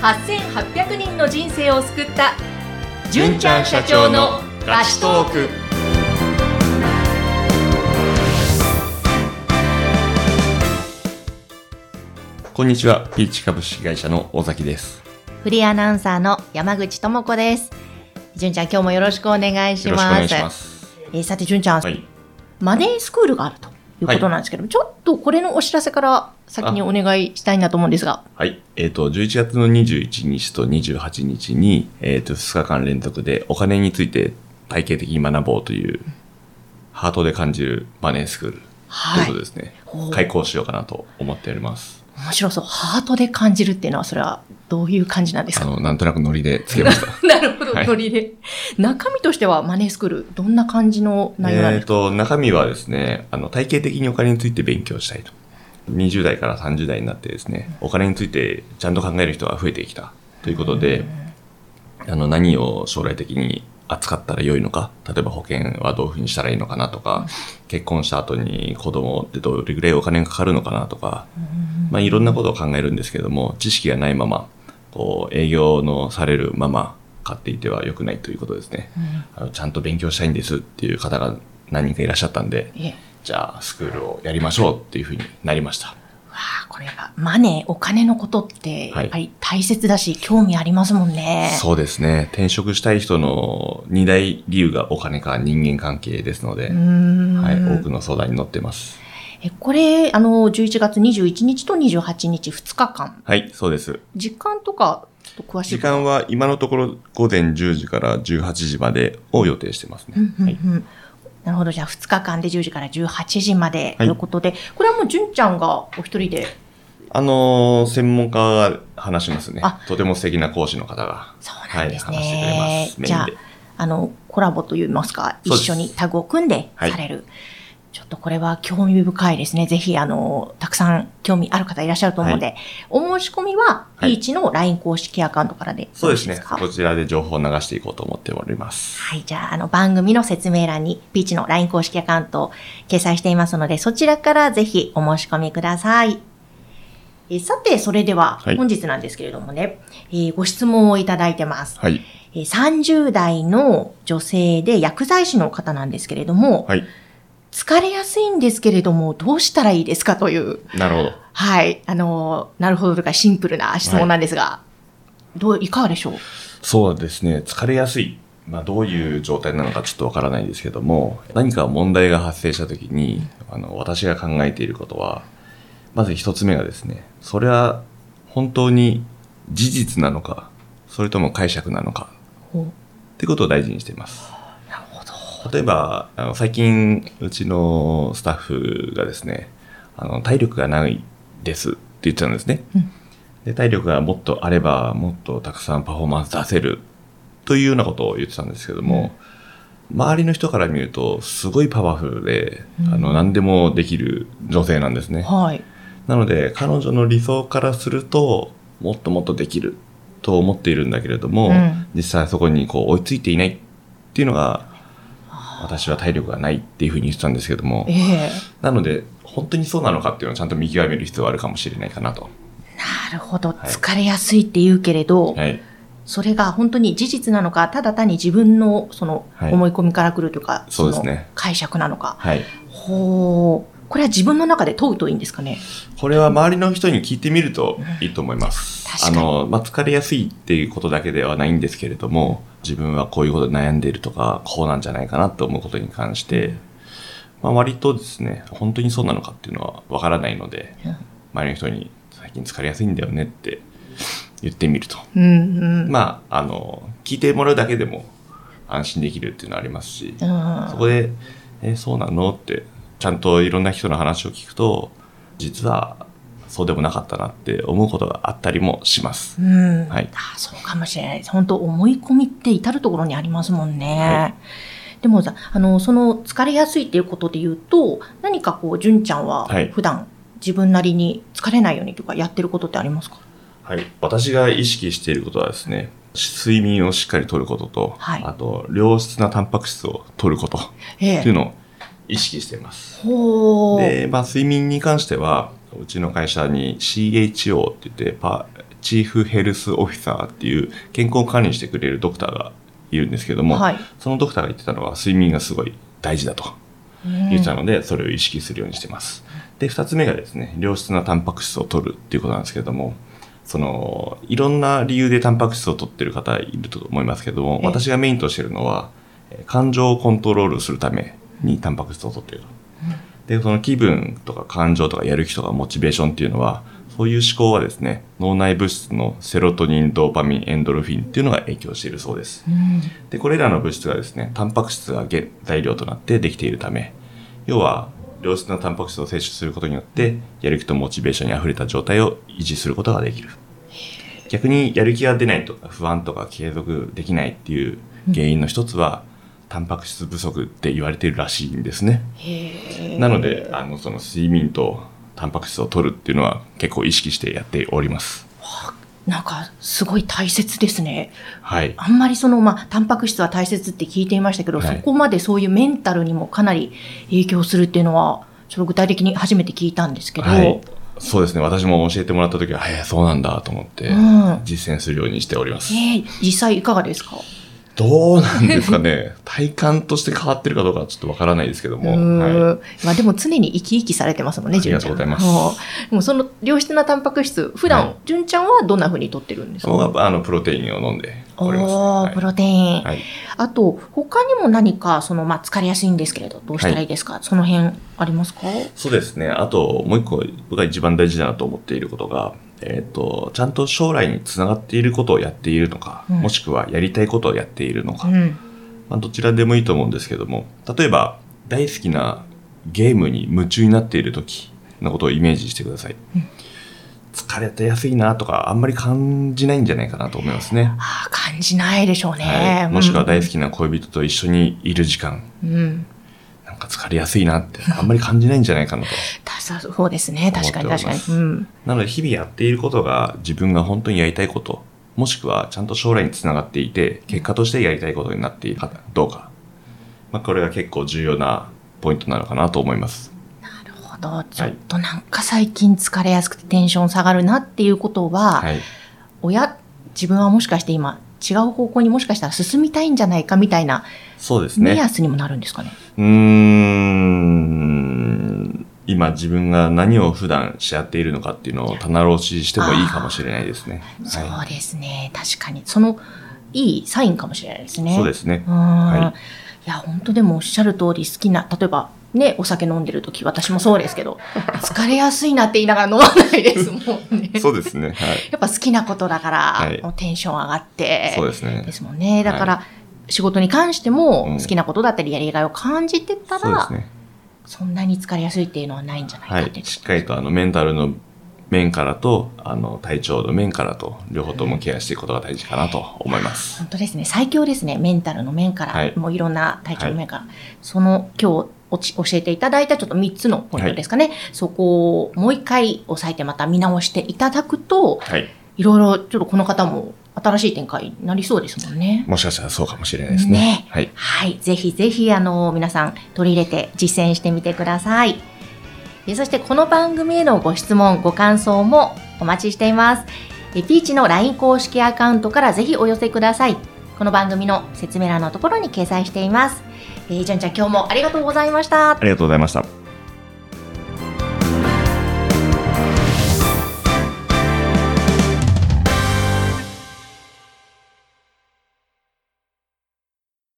8800人の人生を救った純ちゃん社長のガチトーク。 こんにちは、ピーチ株式会社の尾崎です。 フリーアナウンサーの山口智子です。純ちゃん、今日もよろしくお願いします。 よろしくお願いします。 さて純ちゃん、はい、マネースクールがあるということなんですけど、はい、ちょっとこれのお知らせから先にお願いしたいなと思うんですが。 はい。11月の21日と28日に、2日間連続でお金について体系的に学ぼうという、ハートで感じるマネースクールということですね。はい、開講しようかなと思っております。 面白そう。ハートで感じるっていうのは、それはどういう感じなんですか？ なんとなくノリでつけました。 なるほど、はい、ノリで。中身としてはマネースクール、どんな感じの内容なんですか？ 中身はですね、体系的にお金について勉強したいと。20代から30代になってですね、お金についてちゃんと考える人が増えてきたということで、何を将来的に扱ったら良いのか、例えば保険はどういうふうにしたらいいのかなとか、結婚した後に子供ってどれぐらいお金がかかるのかなとか、いろんなことを考えるんですけども、知識がないまま、営業のされるまま買っていては良くないということですね。ちゃんと勉強したいんですっていう方が何人かいらっしゃったんで、じゃあスクールをやりましょうっていうふうになりました。 これやっぱマネー、お金のことってやっぱり大切だし、興味ありますもんね。 そうですね。転職したい人の2大理由がお金か人間関係ですので、多くの相談に乗ってます。 これ、11月21日と28日2日間。 はい、そうです。 時間とか、詳しい？ 時間は今のところ午前10時から18時までを予定してますね。 なるほど。じゃあ2日間で10時から18時までということで、これはもう純ちゃんがお一人で？ 専門家が話しますね。とても素敵な講師の方が。 そうなんですね。 話してくれます。 じゃあ、コラボといいますか、一緒にタッグを組んでされる。ちょっとこれは興味深いですね。ぜひ、たくさん興味ある方いらっしゃると思うので、お申し込みは、ピーチの LINE 公式アカウントからでそうですね。こちらで情報を流していこうと思っております。 はい。じゃあ、番組の説明欄に、ピーチの LINE 公式アカウントを掲載していますので、そちらからぜひお申し込みください。さて、それでは、本日なんですけれどもね、ご質問をいただいてます。30代の女性で薬剤師の方なんですけれども、疲れやすいんですけれども、どうしたらいいですかという。 なるほど。 はい。なるほどとかシンプルな質問なんですが、いかがでしょう？ そうですね。疲れやすい。どういう状態なのかちょっとわからないんですけども、何か問題が発生したときに、私が考えていることは、まず一つ目がですね、それは本当に事実なのか、それとも解釈なのか、ってことを大事にしています。 なるほど。 例えば、最近、うちのスタッフがですね、体力がないですって言ってたんですね。で、体力がもっとあれば、もっとたくさんパフォーマンス出せるというようなことを言ってたんですけども、周りの人から見ると、すごいパワフルで、何でもできる女性なんですね。なので、彼女の理想からすると、もっともっとできると思っているんだけれども、実際そこに追いついていないっていうのが、私は体力がないっていうふうに言ってたんですけども、なので、本当にそうなのかっていうのをちゃんと見極める必要があるかもしれないかなと。 なるほど。疲れやすいって言うけれど、それが本当に事実なのか、ただ単に自分のその思い込みから来るというか、 そうですね。 解釈なのか。これは自分の中で問うといいんですかね？ これは周りの人に聞いてみるといいと思います。疲れやすいっていうことだけではないんですけれども、自分はこういうことで悩んでいるとか、こうなんじゃないかなと思うことに関して、割とですね、本当にそうなのかっていうのはわからないので、周りの人に最近疲れやすいんだよねって言ってみると。聞いてもらうだけでも安心できるっていうのはありますし、そこで、そうなのって、ちゃんといろんな人の話を聞くと、実はそうでもなかったなって思うことがあったりもします。 そうかもしれないです。本当思い込みって至るところにありますもんね。でもその疲れやすいっていうことで言うと、何か純ちゃんは普段自分なりに疲れないようにとかやってることってありますか？ 私が意識していることはですね、睡眠をしっかりとることと、あと良質なタンパク質をとることっていうのを意識しています。で、睡眠に関しては、うちの会社に CHO って言って、 チーフヘルスオフィサーっていう健康管理してくれるドクターがいるんですけども、はい、そのドクターが言ってたのは睡眠がすごい大事だと言ってたので、それを意識するようにしてます。で、2つ目がですね、良質なタンパク質を摂るっていうことなんですけれども、いろんな理由でタンパク質を摂ってる方いると思いますけども、私がメインとしているのは、感情をコントロールするためにタンパク質を摂っていると。で、その気分とか感情とかやる気とかモチベーションっていうのは、そういう思考はですね、脳内物質のセロトニン、ドーパミン、エンドルフィンっていうのが影響しているそうです。で、これらの物質がですね、タンパク質が材料となってできているため、要は良質なタンパク質を摂取することによって、やる気とモチベーションにあふれた状態を維持することができる。逆にやる気が出ないとか不安とか継続できないっていう原因の一つは、タンパク質不足って言われているらしいんですね。なので、その睡眠とタンパク質を摂るっていうのは結構意識してやっております。 なんかすごい大切ですね。 はい。 あんまりタンパク質は大切って聞いていましたけど、はい、そこまでそういうメンタルにもかなり影響するっていうのは、ちょっと具体的に初めて聞いたんですけど。はい、 そうですね。私も教えてもらったときは、そうなんだと思って、実践するようにしております。 実際いかがですか？ どうなんですかね。体感として変わってるかどうかはちょっとわからないですけども。 はい、でも常に生き生きされてますもんね、 純ちゃん。ありがとうございます。 もうその良質なタンパク質、普段、純ちゃんはどんな風に摂ってるんですか？ プロテインを飲んでおります。 プロテイン。はい、あと、他にも何か、疲れやすいんですけれど、どうしたらいいですか？その辺ありますか？ そうですね。あと、もう一個、僕が一番大事だなと思っていることが、ちゃんと将来につながっていることをやっているのか、もしくはやりたいことをやっているのか、どちらでもいいと思うんですけども、例えば大好きなゲームに夢中になっている時のことをイメージしてください。疲れてやすいなとかあんまり感じないんじゃないかなと思いますね。 感じないでしょうね。 はい、もしくは大好きな恋人と一緒にいる時間、なんか疲れやすいなってあんまり感じないんじゃないかなと。 そうですね。確かに。 なので日々やっていることが自分が本当にやりたいこと、もしくはちゃんと将来につながっていて、結果としてやりたいことになっているかどうか。これが結構重要なポイントなのかなと思います。 なるほど。ちょっとなんか最近疲れやすくてテンション下がるなっていうことは、自分はもしかして今違う方向にもしかしたら進みたいんじゃないかみたいな、 そうですね。 目安にもなるんですかね。 今自分が何を普段し合っているのかっていうのを棚卸ししてもいいかもしれないですね。 そうですね。確かに。いいサインかもしれないですね。 そうですね。 いや、本当でもおっしゃる通り好きな、例えばね、お酒飲んでるとき、私もそうですけど、疲れやすいなって言いながら飲まないですもんね。 そうですね。 やっぱ好きなことだから、テンション上がって、 そうですね。 ですもんね。だから、仕事に関しても好きなことだったりやりがいを感じてたら、そんなに疲れやすいっていうのはないんじゃないかっていう。 しっかりとメンタルの面からと体調の面からと両方ともケアしていくことが大事かなと思います。 本当ですね。最強ですね。メンタルの面から、もういろんな体調の面から、今日教えていただいたちょっと3つのポイントですかね。そこをもう一回押さえてまた見直していただくと、いろいろちょっとこの方も新しい展開になりそうですもんね。 もしかしたらそうかもしれないですね。 はい。ぜひぜひ皆さん取り入れて実践してみてください。そしてこの番組へのご質問、ご感想もお待ちしています。ピーチの LINE 公式アカウントからぜひお寄せください。この番組の説明欄のところに掲載しています。純ちゃん今日もありがとうございました。 ありがとうございました。